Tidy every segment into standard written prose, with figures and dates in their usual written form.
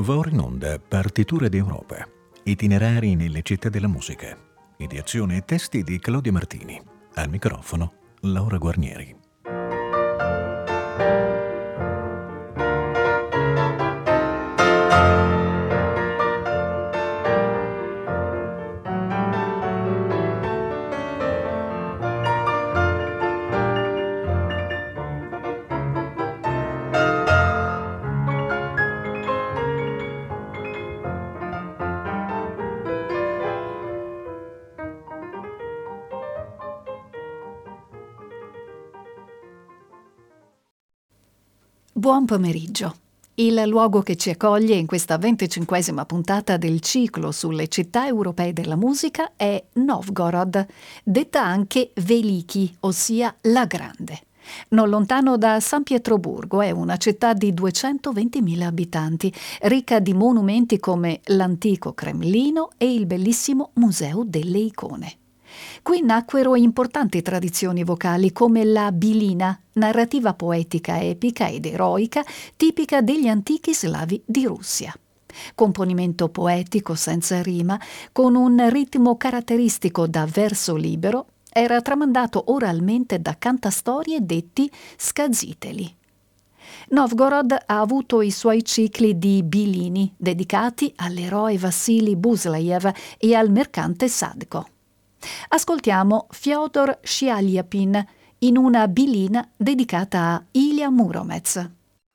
Va ora in onda Partiture d'Europa, itinerari nelle città della musica. Ideazione e testi di Claudia Martini. Al microfono Laura Guarnieri. Buon pomeriggio. Il luogo che ci accoglie in questa 25esima puntata del ciclo sulle città europee della musica è Novgorod, detta anche Veliki, ossia la Grande. Non lontano da San Pietroburgo, è una città di 220.000 abitanti, ricca di monumenti come l'antico Cremlino e il bellissimo Museo delle Icone. Qui nacquero importanti tradizioni vocali come la bilina, narrativa poetica epica ed eroica tipica degli antichi slavi di Russia. Componimento poetico senza rima, con un ritmo caratteristico da verso libero, era tramandato oralmente da cantastorie detti skaziteli. Novgorod ha avuto i suoi cicli di bilini dedicati all'eroe Vassili Buslaev e al mercante Sadko. Ascoltiamo Fyodor Scialyapin in una bilina dedicata a Ilya Muromets.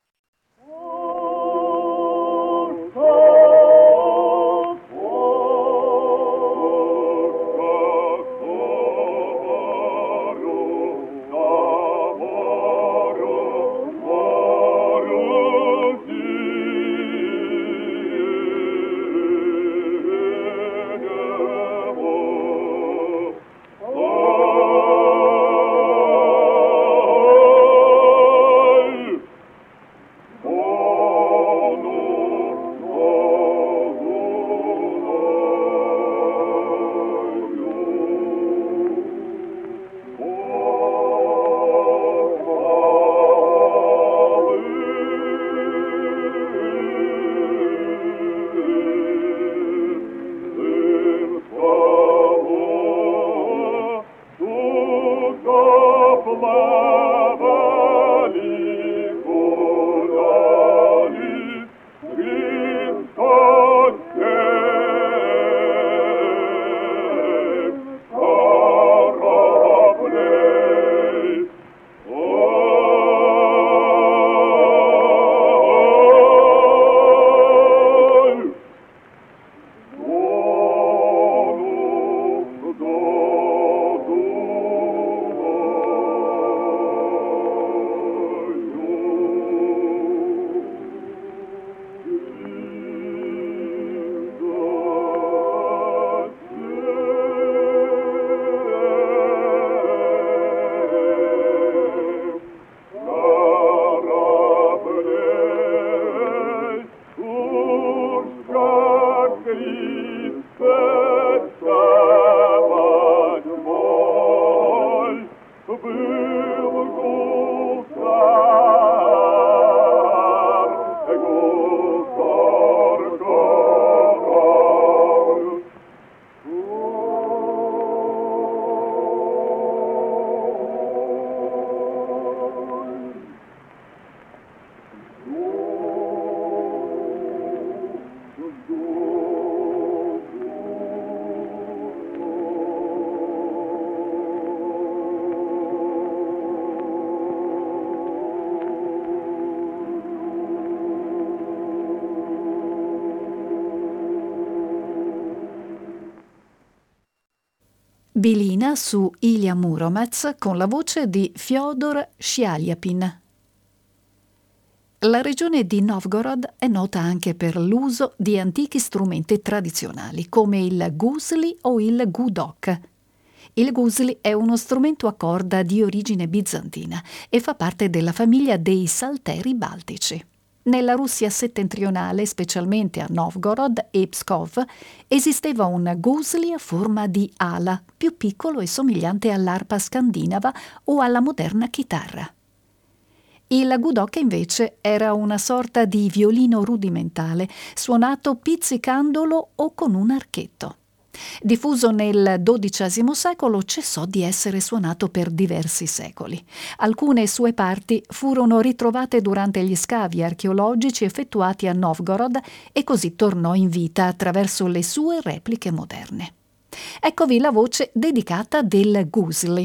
Bilina su Ilya Muromets con la voce di Fyodor Scialyapin. La regione di Novgorod è nota anche per l'uso di antichi strumenti tradizionali come il gusli o il gudok. Il gusli è uno strumento a corda di origine bizantina e fa parte della famiglia dei salteri baltici. Nella Russia settentrionale, specialmente a Novgorod e Pskov, esisteva un gusli a forma di ala, più piccolo e somigliante all'arpa scandinava o alla moderna chitarra. Il gudok invece era una sorta di violino rudimentale, suonato pizzicandolo o con un archetto. Diffuso nel XII secolo, cessò di essere suonato per diversi secoli. Alcune sue parti furono ritrovate durante gli scavi archeologici effettuati a Novgorod e così tornò in vita attraverso le sue repliche moderne. Eccovi la voce dedicata del gusli.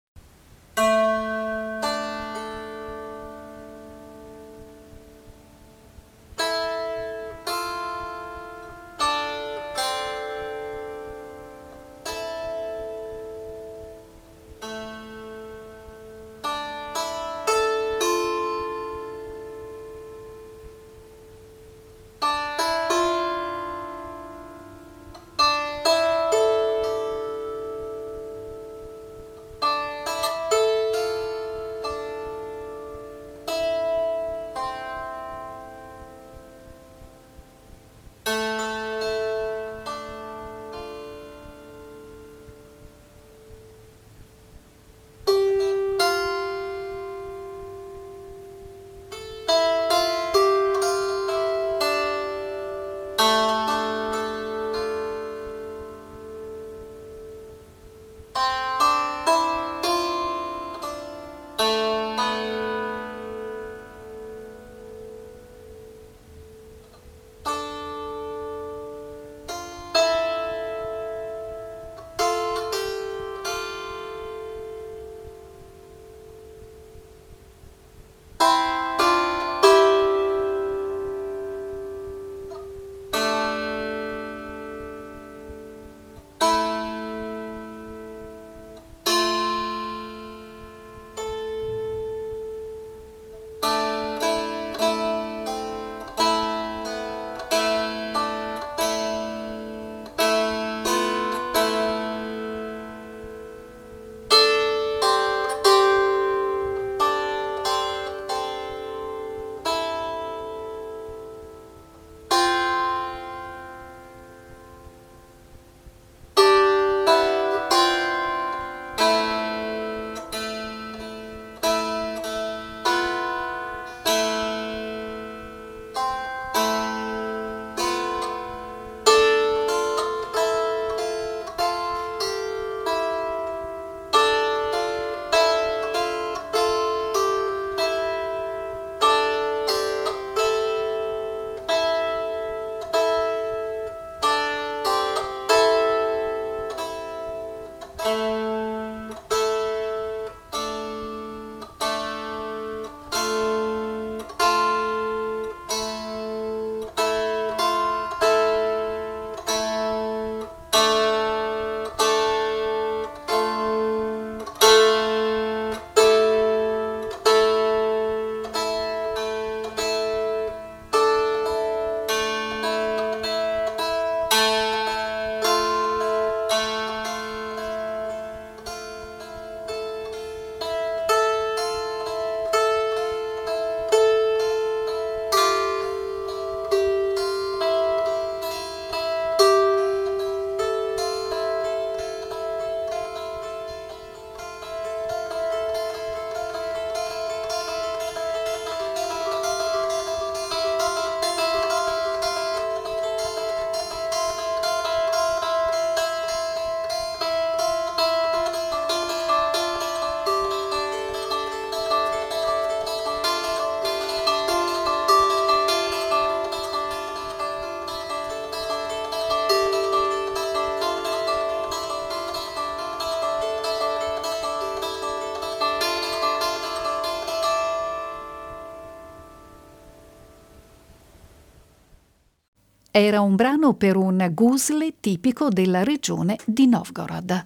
Era un brano per un gusle tipico della regione di Novgorod.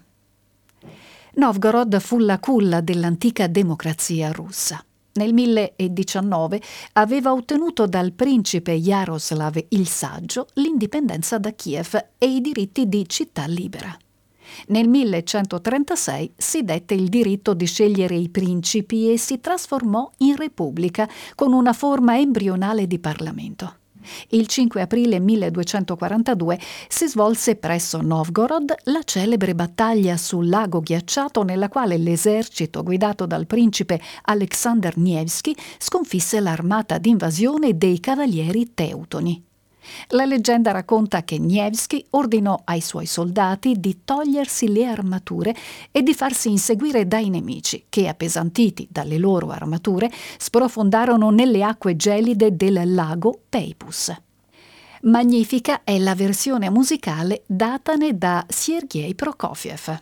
Novgorod fu la culla dell'antica democrazia russa. Nel 1019 aveva ottenuto dal principe Jaroslav il Saggio l'indipendenza da Kiev e i diritti di città libera. Nel 1136 si dette il diritto di scegliere i principi e si trasformò in repubblica con una forma embrionale di Parlamento. Il 5 aprile 1242 si svolse presso Novgorod la celebre battaglia sul lago ghiacciato nella quale l'esercito guidato dal principe Aleksandr Nevskij sconfisse l'armata d'invasione dei cavalieri teutoni. La leggenda racconta che Nevskij ordinò ai suoi soldati di togliersi le armature e di farsi inseguire dai nemici, che, appesantiti dalle loro armature, sprofondarono nelle acque gelide del lago Peipus. Magnifica è la versione musicale datane da Sergej Prokofiev.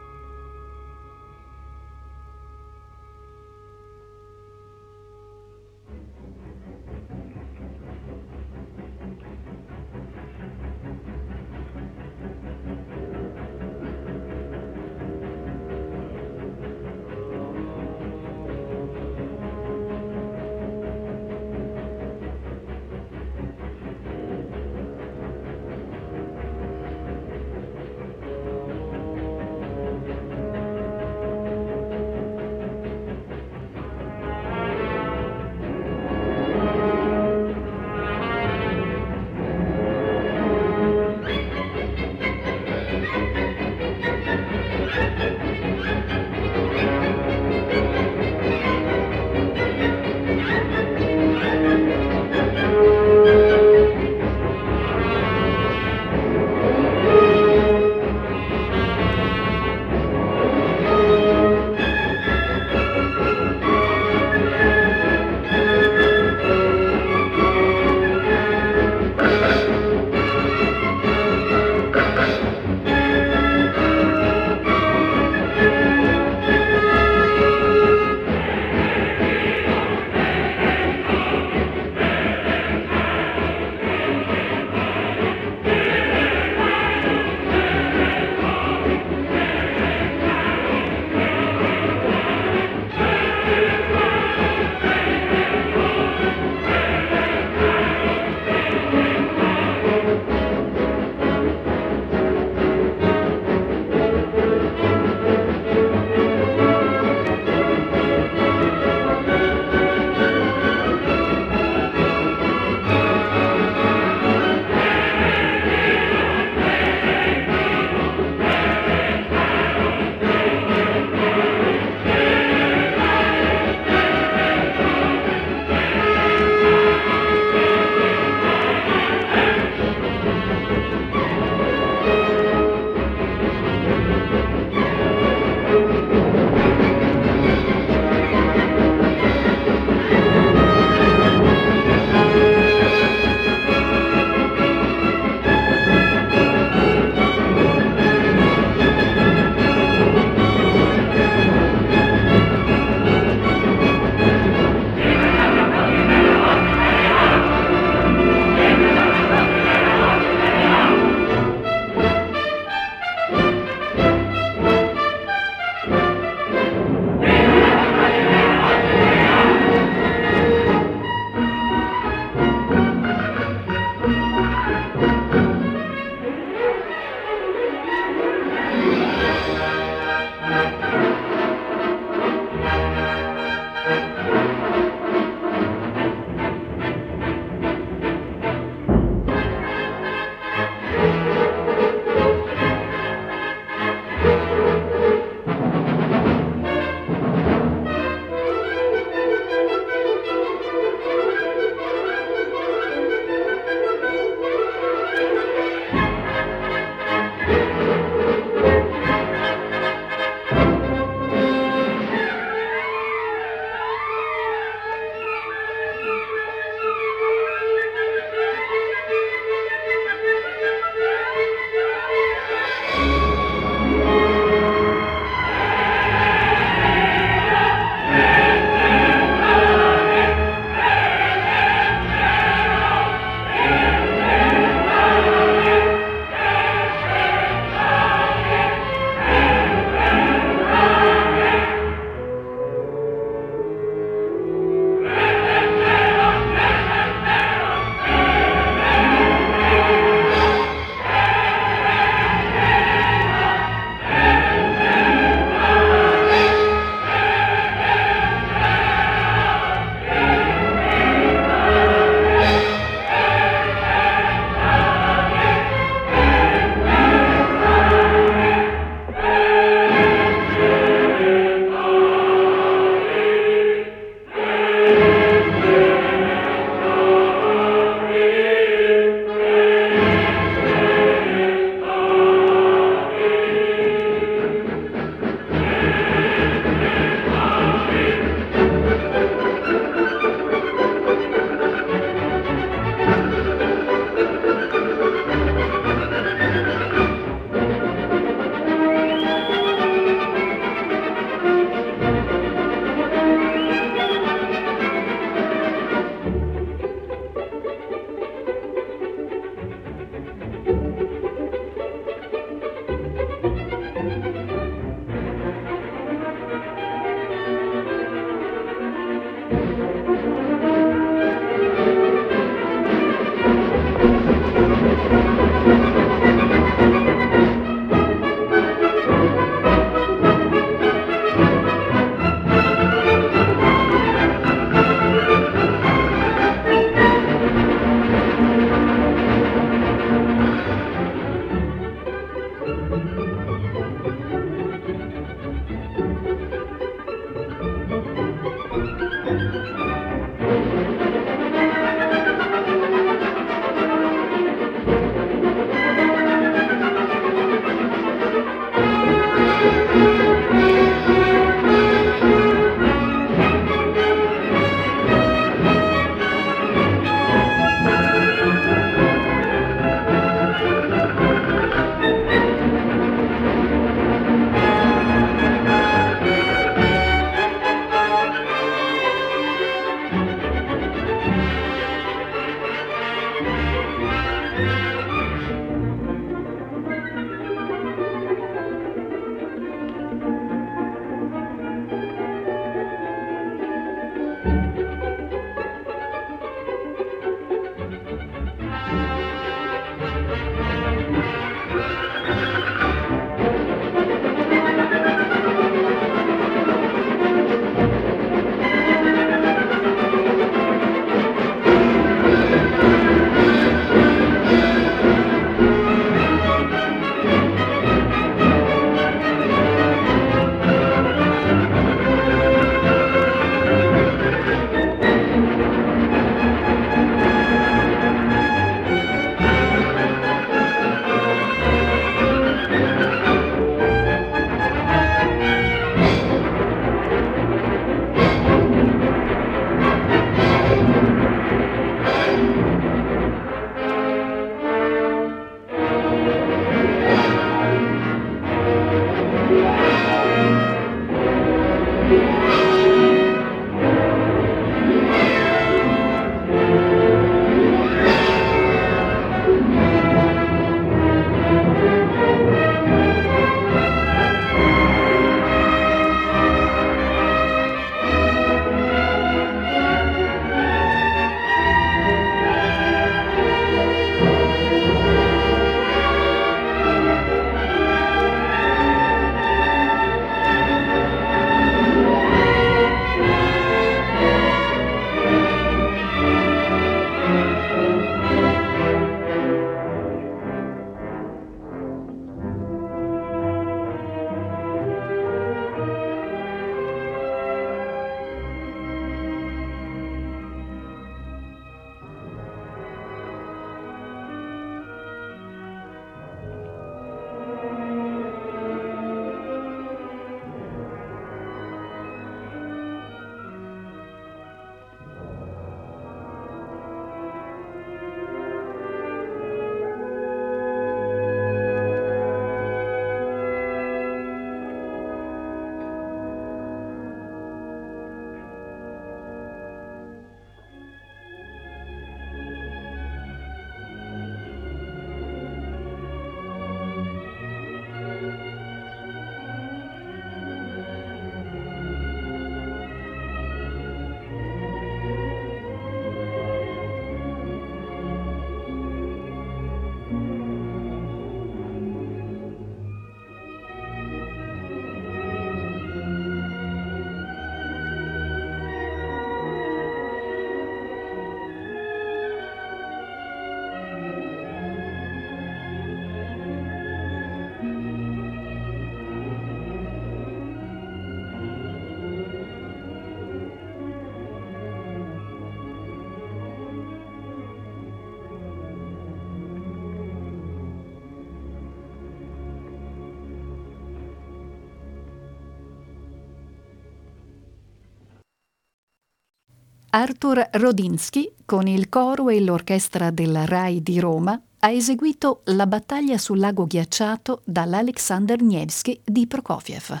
Artur Rodinsky, con il coro e l'orchestra della RAI di Roma, ha eseguito La battaglia sul lago ghiacciato dall'Alexander Nevsky di Prokofiev.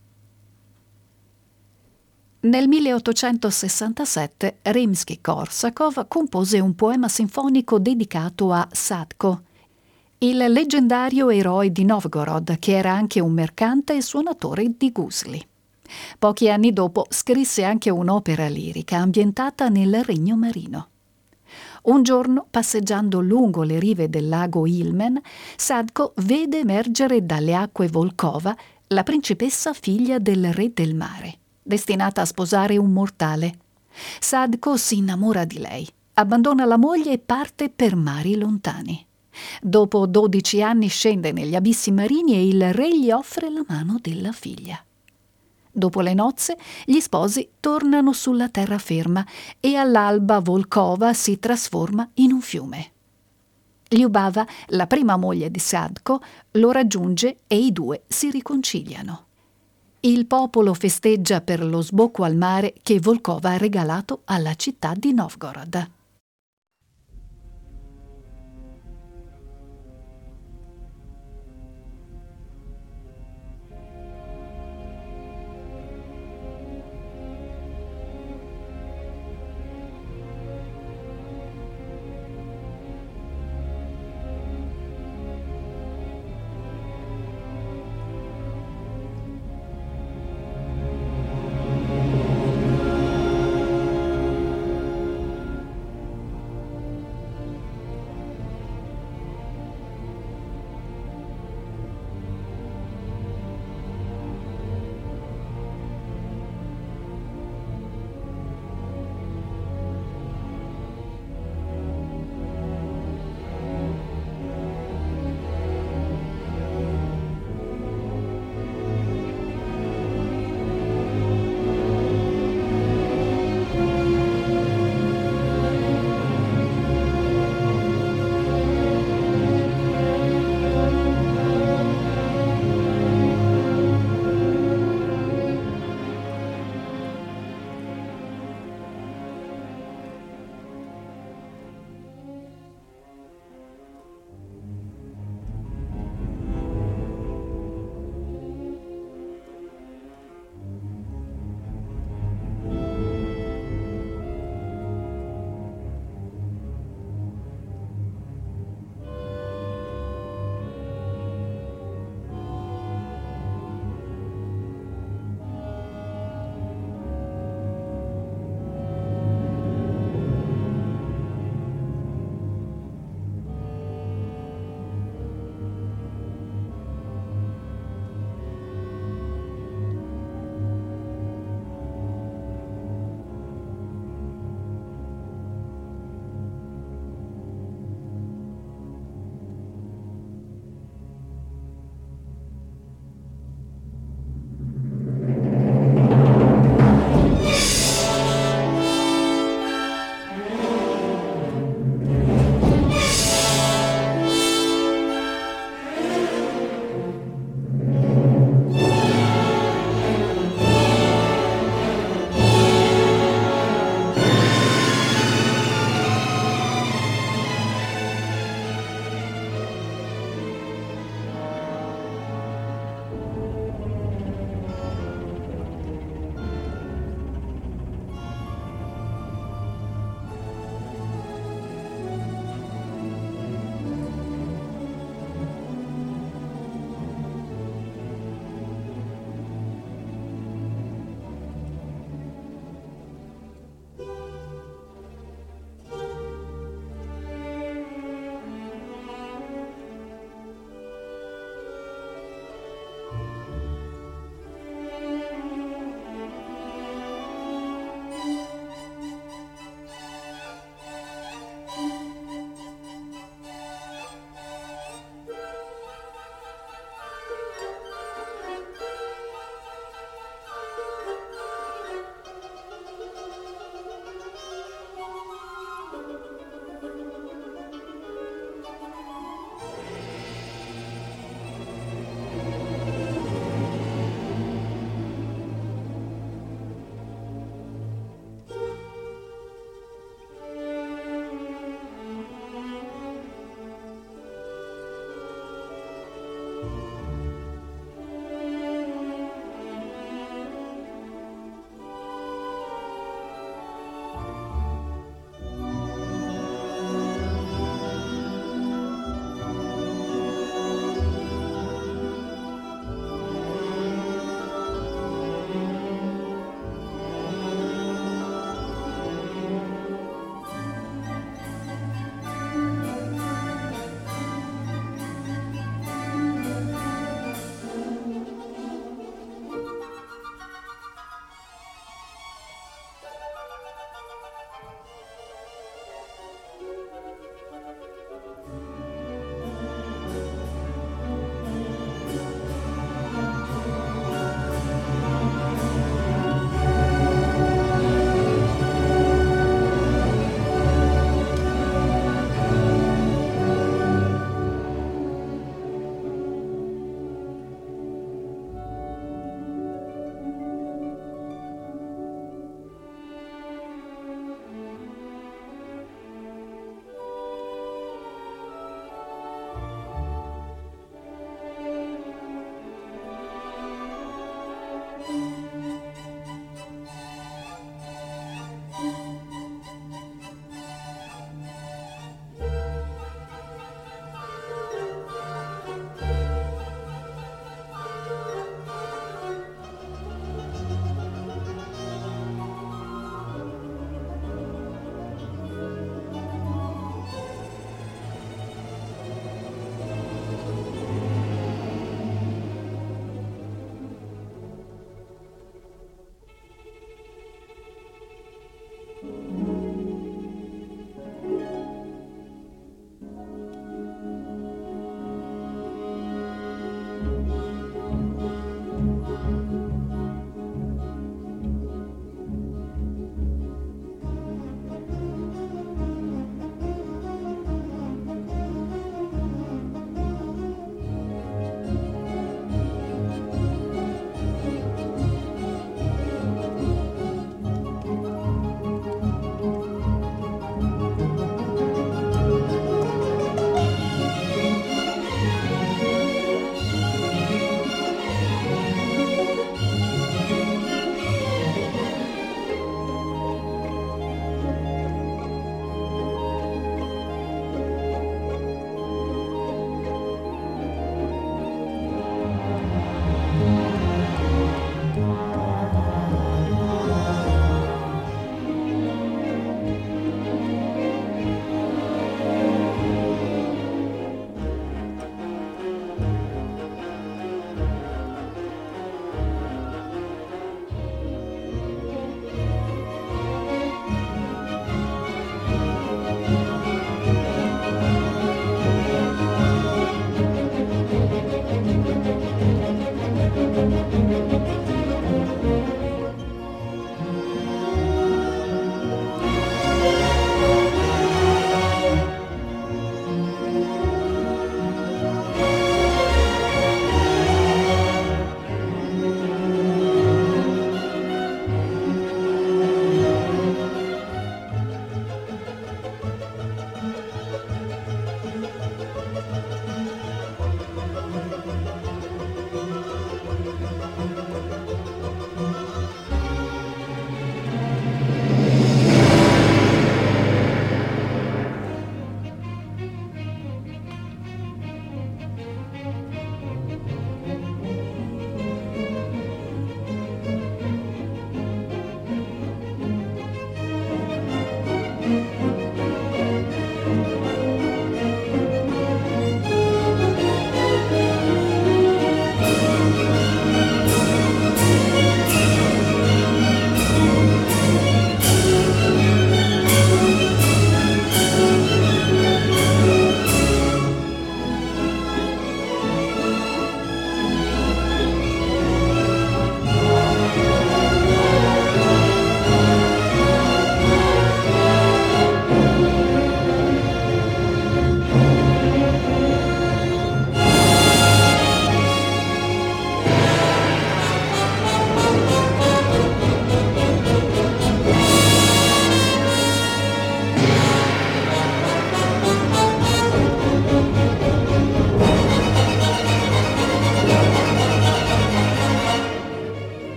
Nel 1867 Rimskij-Korsakov compose un poema sinfonico dedicato a Sadko, il leggendario eroe di Novgorod, che era anche un mercante e suonatore di gusli. Pochi anni dopo scrisse anche un'opera lirica ambientata nel Regno Marino. Un giorno, passeggiando lungo le rive del lago Ilmen, Sadko vede emergere dalle acque Volkhova la principessa figlia del re del mare, destinata a sposare un mortale. Sadko si innamora di lei, abbandona la moglie e parte per mari lontani. Dopo 12 anni scende negli abissi marini e il re gli offre la mano della figlia. Dopo le nozze, gli sposi tornano sulla terraferma e all'alba Volkhova si trasforma in un fiume. Lyubava, la prima moglie di Sadko, lo raggiunge e i due si riconciliano. Il popolo festeggia per lo sbocco al mare che Volkhova ha regalato alla città di Novgorod.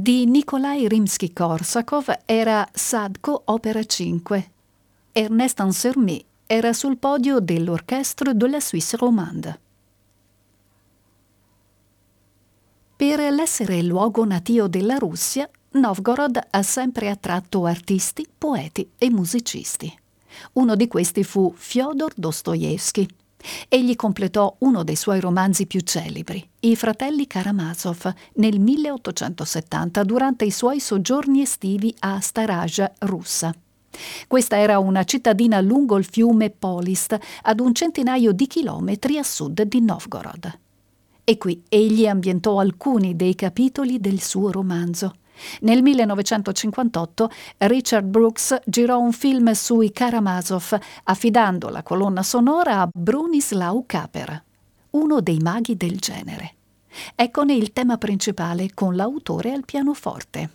Di Nikolai Rimsky-Korsakov era Sadko opera 5. Ernest Ansermet era sul podio dell'Orchestre de la Suisse romande. Per l'essere il luogo natio della Russia, Novgorod ha sempre attratto artisti, poeti e musicisti. Uno di questi fu Fyodor Dostoevskij. Egli completò uno dei suoi romanzi più celebri, I fratelli Karamazov, nel 1870 durante i suoi soggiorni estivi a Staraja, russa. Questa era una cittadina lungo il fiume Polist, ad un centinaio di chilometri a sud di Novgorod. E qui egli ambientò alcuni dei capitoli del suo romanzo. Nel 1958 Richard Brooks girò un film sui Karamazov, affidando la colonna sonora a Bronislaw Kaper, uno dei maghi del genere. Eccone il tema principale con l'autore al pianoforte.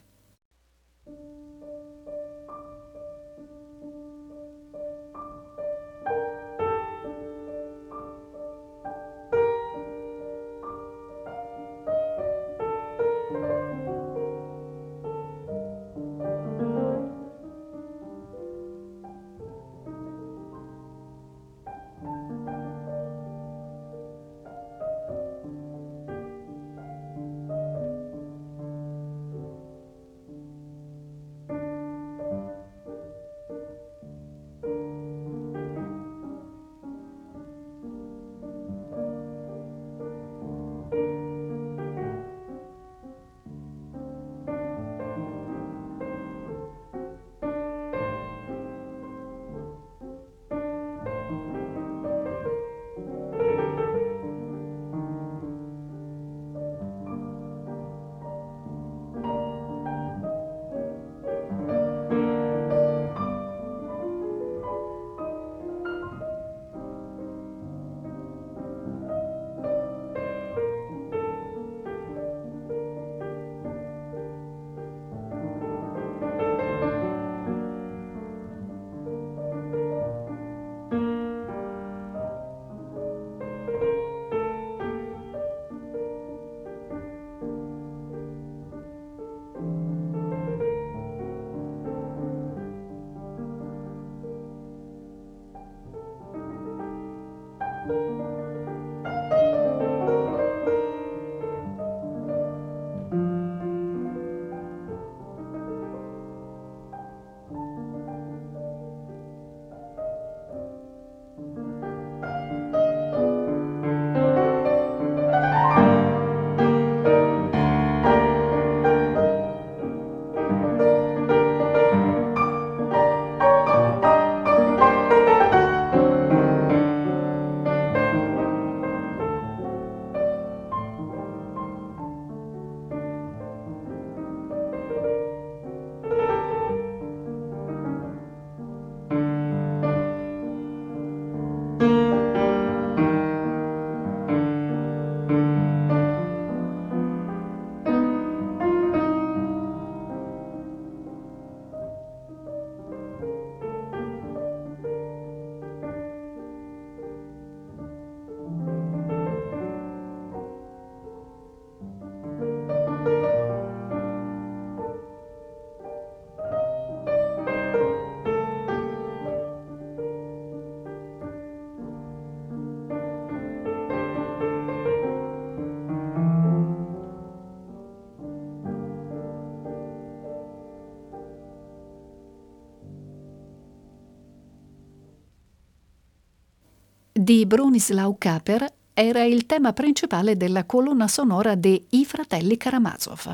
Di Bronislaw Kaper era il tema principale della colonna sonora de I fratelli Karamazov.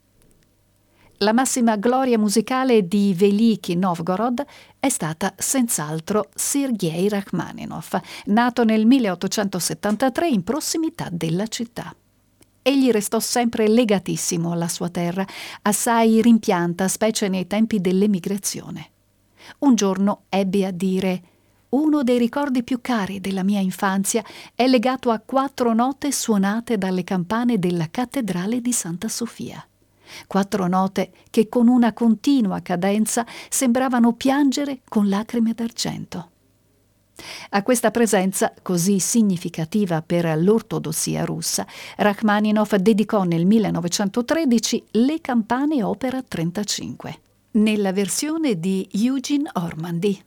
La massima gloria musicale di Veliki Novgorod è stata senz'altro Sergei Rachmaninov, nato nel 1873 in prossimità della città. Egli restò sempre legatissimo alla sua terra, assai rimpianta, specie nei tempi dell'emigrazione. Un giorno ebbe a dire: «Uno dei ricordi più cari della mia infanzia è legato a 4 note suonate dalle campane della cattedrale di Santa Sofia. 4 note che con una continua cadenza sembravano piangere con lacrime d'argento. A questa presenza, così significativa per l'ortodossia russa, Rachmaninov dedicò nel 1913 le campane opera 35, nella versione di Eugene Ormandy.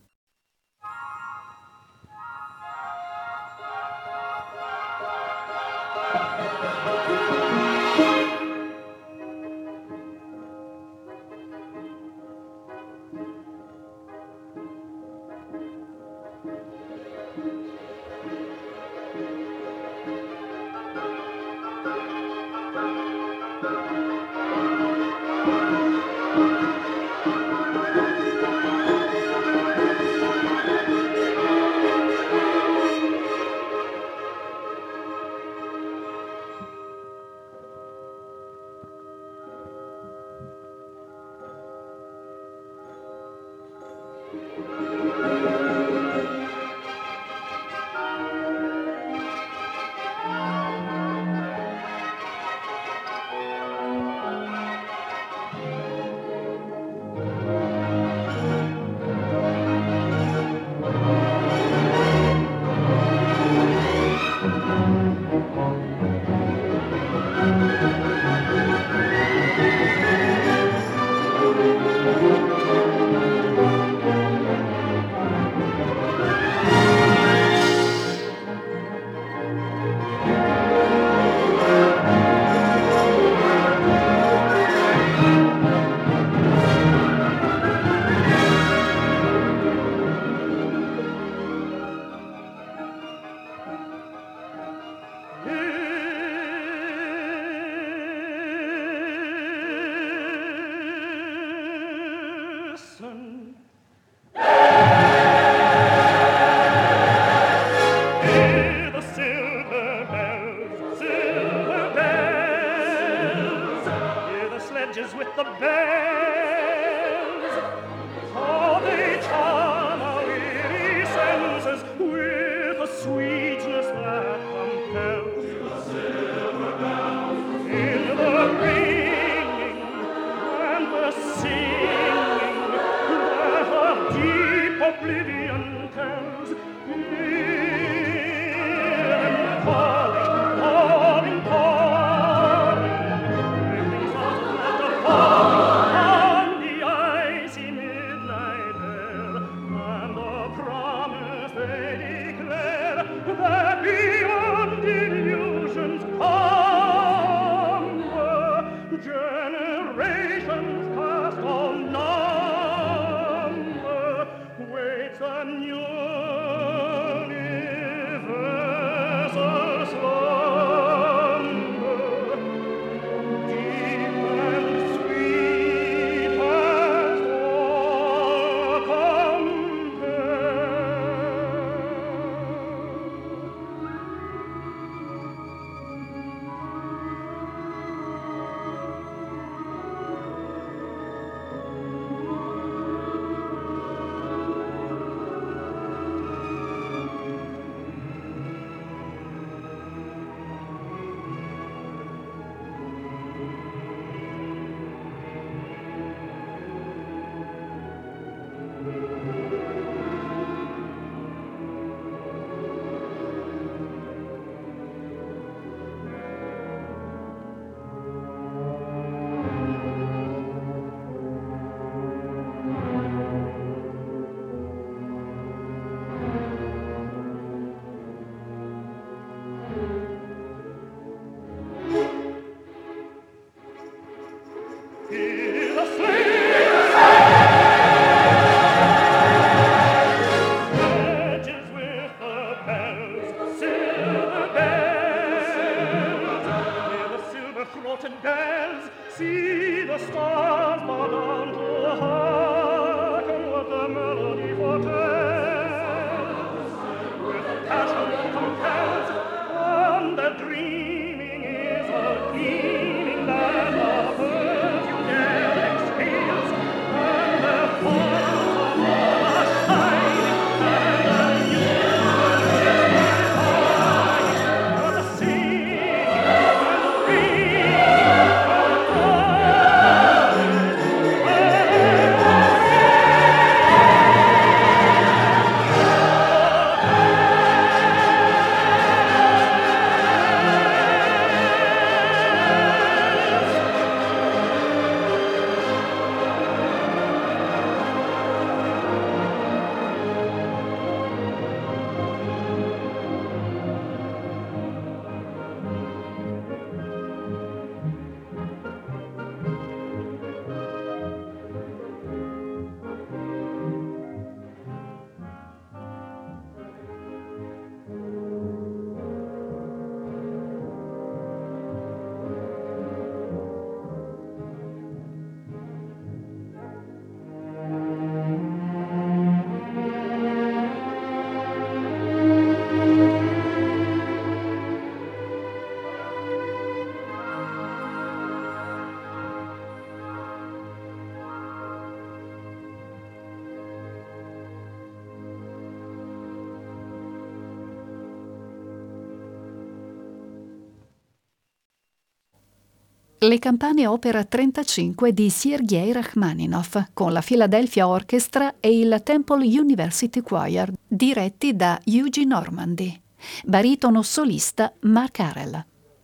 Le campane opera 35 di Sergei Rachmaninov con la Philadelphia Orchestra e il Temple University Choir, diretti da Eugene Normandy. Baritono solista Mark Harrell.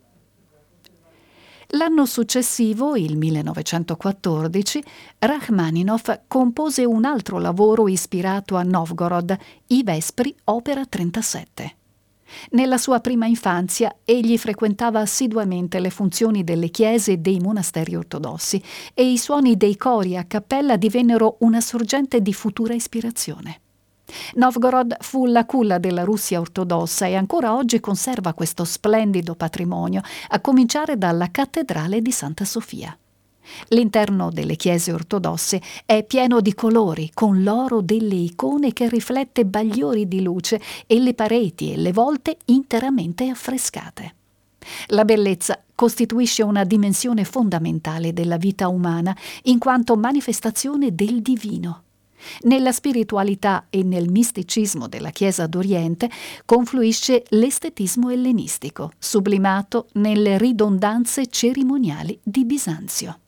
L'anno successivo, il 1914, Rachmaninov compose un altro lavoro ispirato a Novgorod, I Vespri, opera 37. Nella sua prima infanzia egli frequentava assiduamente le funzioni delle chiese e dei monasteri ortodossi e i suoni dei cori a cappella divennero una sorgente di futura ispirazione. Novgorod fu la culla della Russia ortodossa e ancora oggi conserva questo splendido patrimonio, a cominciare dalla cattedrale di Santa Sofia. L'interno delle chiese ortodosse è pieno di colori, con l'oro delle icone che riflette bagliori di luce e le pareti e le volte interamente affrescate. La bellezza costituisce una dimensione fondamentale della vita umana, in quanto manifestazione del divino. Nella spiritualità e nel misticismo della Chiesa d'Oriente confluisce l'estetismo ellenistico, sublimato nelle ridondanze cerimoniali di Bisanzio.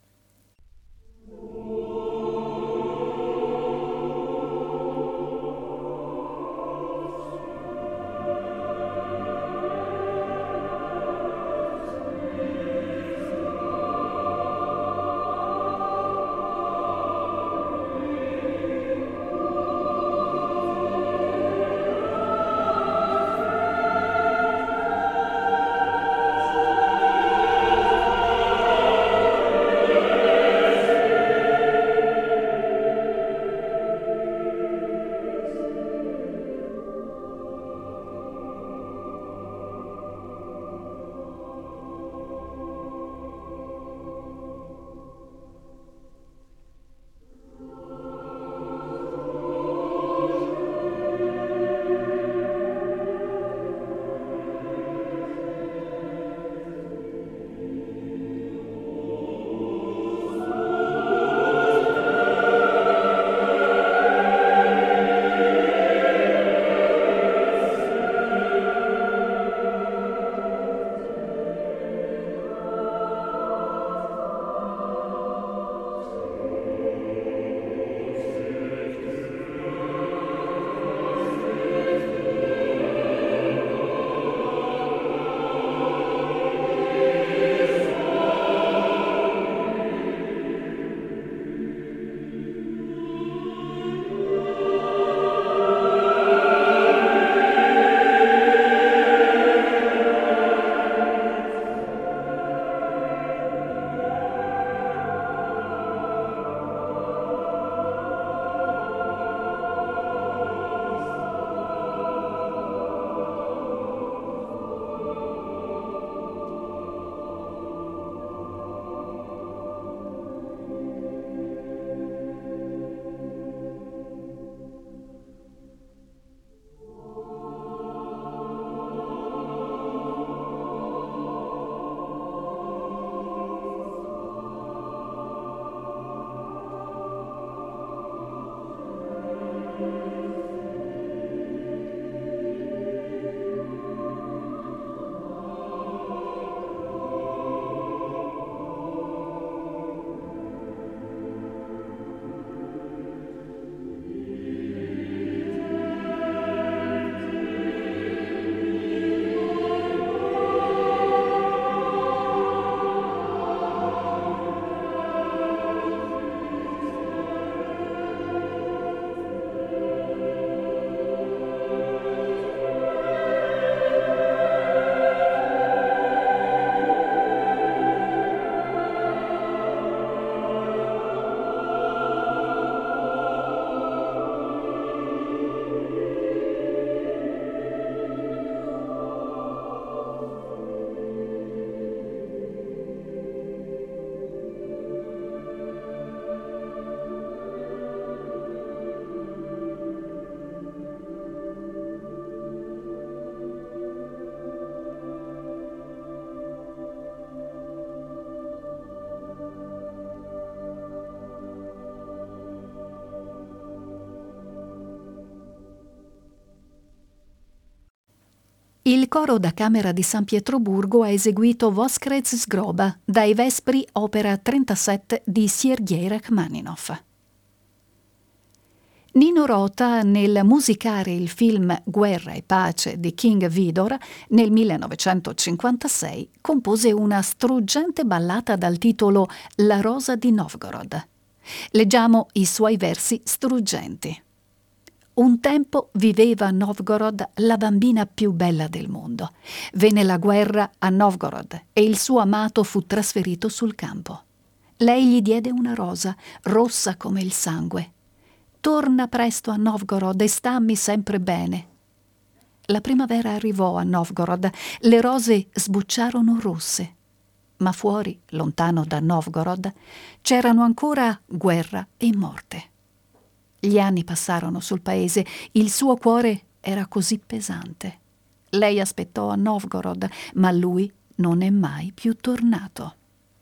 Il coro da camera di San Pietroburgo ha eseguito Voskrez Zgroba dai Vespri, opera 37 di Sergej Rachmaninov. Nino Rota, nel musicare il film Guerra e pace di King Vidor nel 1956, compose una struggente ballata dal titolo La rosa di Novgorod. Leggiamo i suoi versi struggenti. Un tempo viveva a Novgorod la bambina più bella del mondo. Venne la guerra a Novgorod e il suo amato fu trasferito sul campo. Lei gli diede una rosa, rossa come il sangue. Torna presto a Novgorod e stammi sempre bene. La primavera arrivò a Novgorod, le rose sbucciarono rosse. Ma fuori, lontano da Novgorod, c'erano ancora guerra e morte. Gli anni passarono sul paese, il suo cuore era così pesante. Lei aspettò a Novgorod, ma lui non è mai più tornato.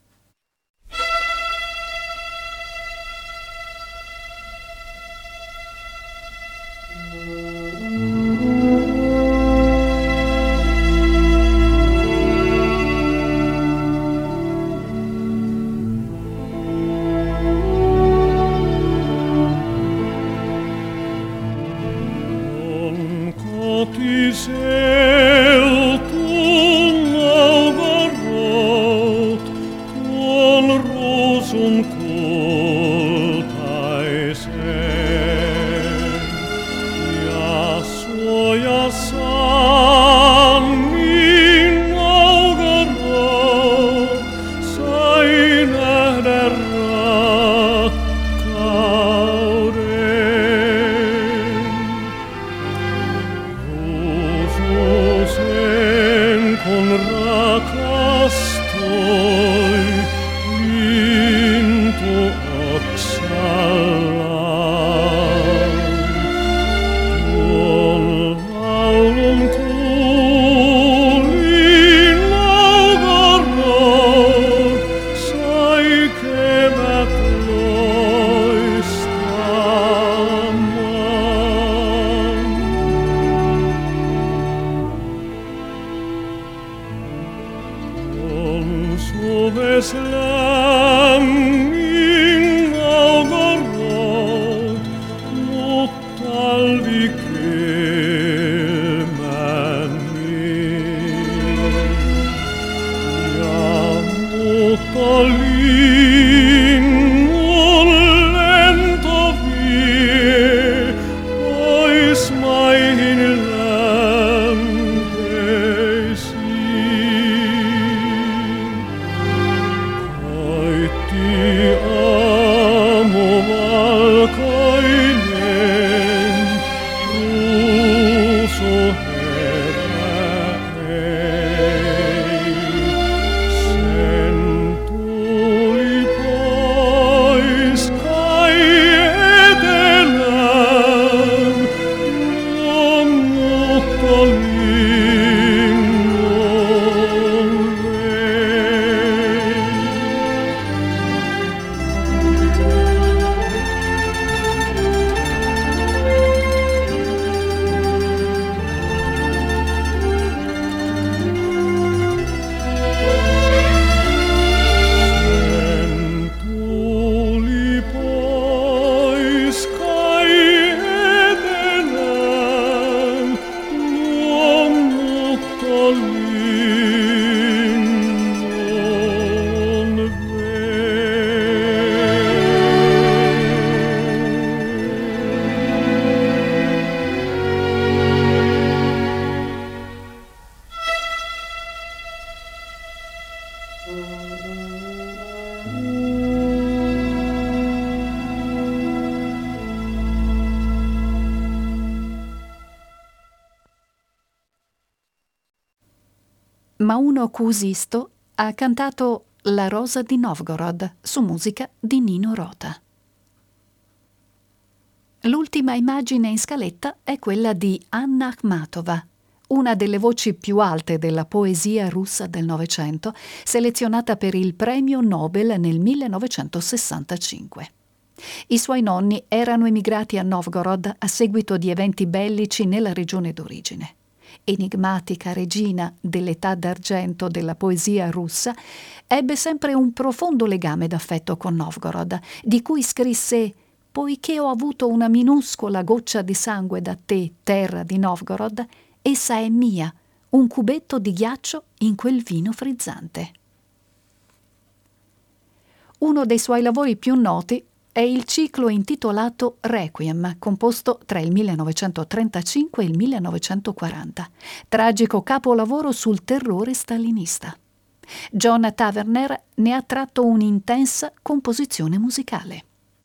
Mauno Kuusisto ha cantato La rosa di Novgorod su musica di Nino Rota. L'ultima immagine in scaletta è quella di Anna Akhmatova, una delle voci più alte della poesia russa del Novecento, selezionata per il premio Nobel nel 1965. I suoi nonni erano emigrati a Novgorod a seguito di eventi bellici nella regione d'origine. enigmatica regina dell'età d'argento della poesia russa, ebbe sempre un profondo legame d'affetto con Novgorod, di cui scrisse: «Poiché ho avuto una minuscola goccia di sangue da te, terra di Novgorod, essa è mia, un cubetto di ghiaccio in quel vino frizzante». Uno dei suoi lavori più noti è il ciclo intitolato Requiem, composto tra il 1935 e il 1940, tragico capolavoro sul terrore stalinista. John Taverner ne ha tratto un'intensa composizione musicale.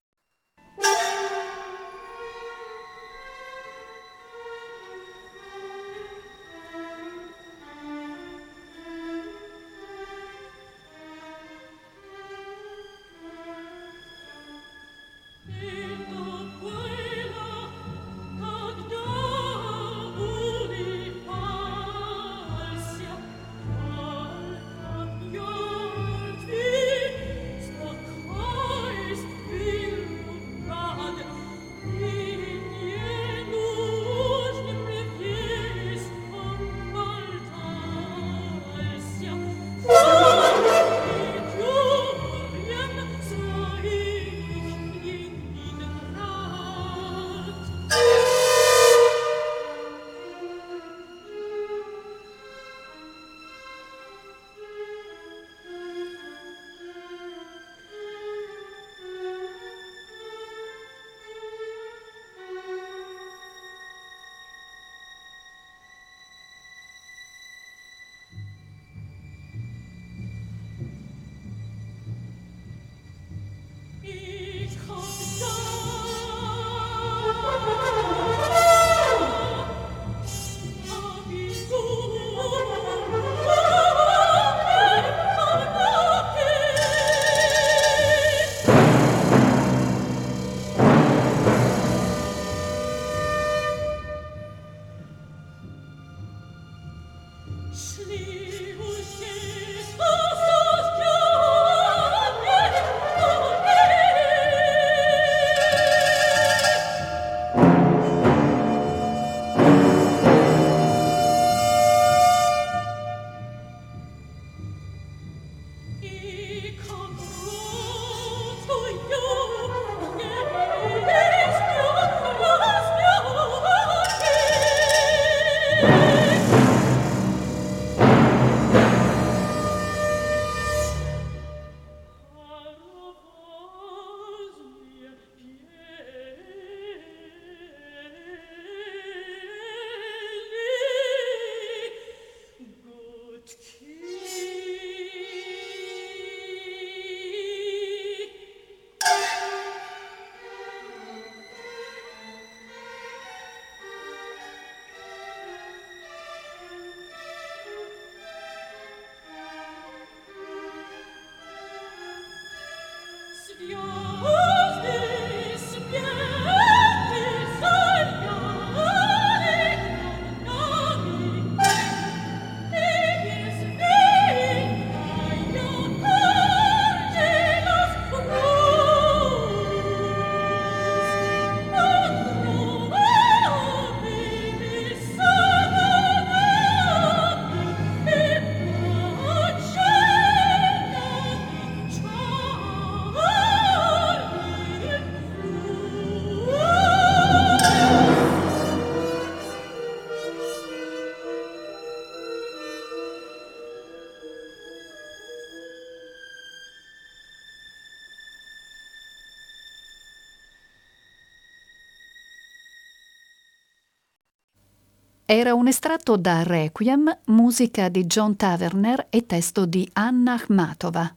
Era un estratto da Requiem, musica di John Taverner e testo di Anna Akhmatova.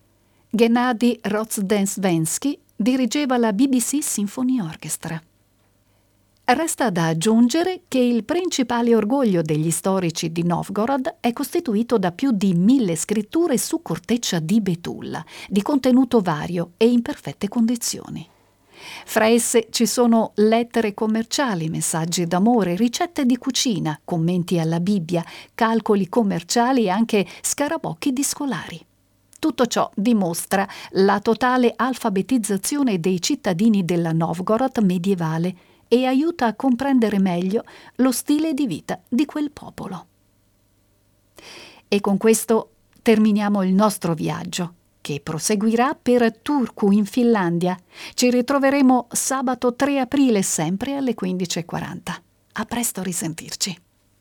Gennady Rozdestvenskij dirigeva la BBC Symphony Orchestra. Resta da aggiungere che il principale orgoglio degli storici di Novgorod è costituito da più di 1000 scritture su corteccia di betulla, di contenuto vario e in perfette condizioni. Fra esse ci sono lettere commerciali, messaggi d'amore, ricette di cucina, commenti alla Bibbia, calcoli commerciali e anche scarabocchi di scolari. Tutto ciò dimostra la totale alfabetizzazione dei cittadini della Novgorod medievale e aiuta a comprendere meglio lo stile di vita di quel popolo. E con questo terminiamo il nostro viaggio, che proseguirà per Turku in Finlandia. Ci ritroveremo sabato 3 aprile sempre alle 15:40. A presto, risentirci.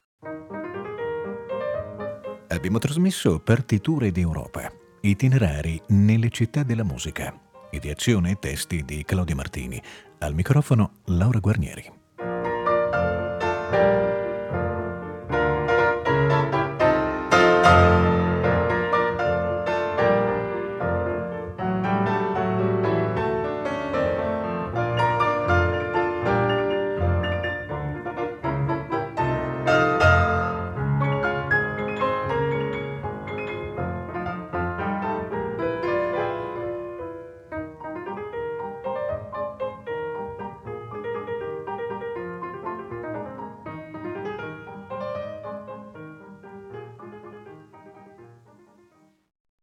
Abbiamo trasmesso Partiture d'Europa, itinerari nelle città della musica. Ideazione e testi di Claudia Martini. Al microfono Laura Guarnieri.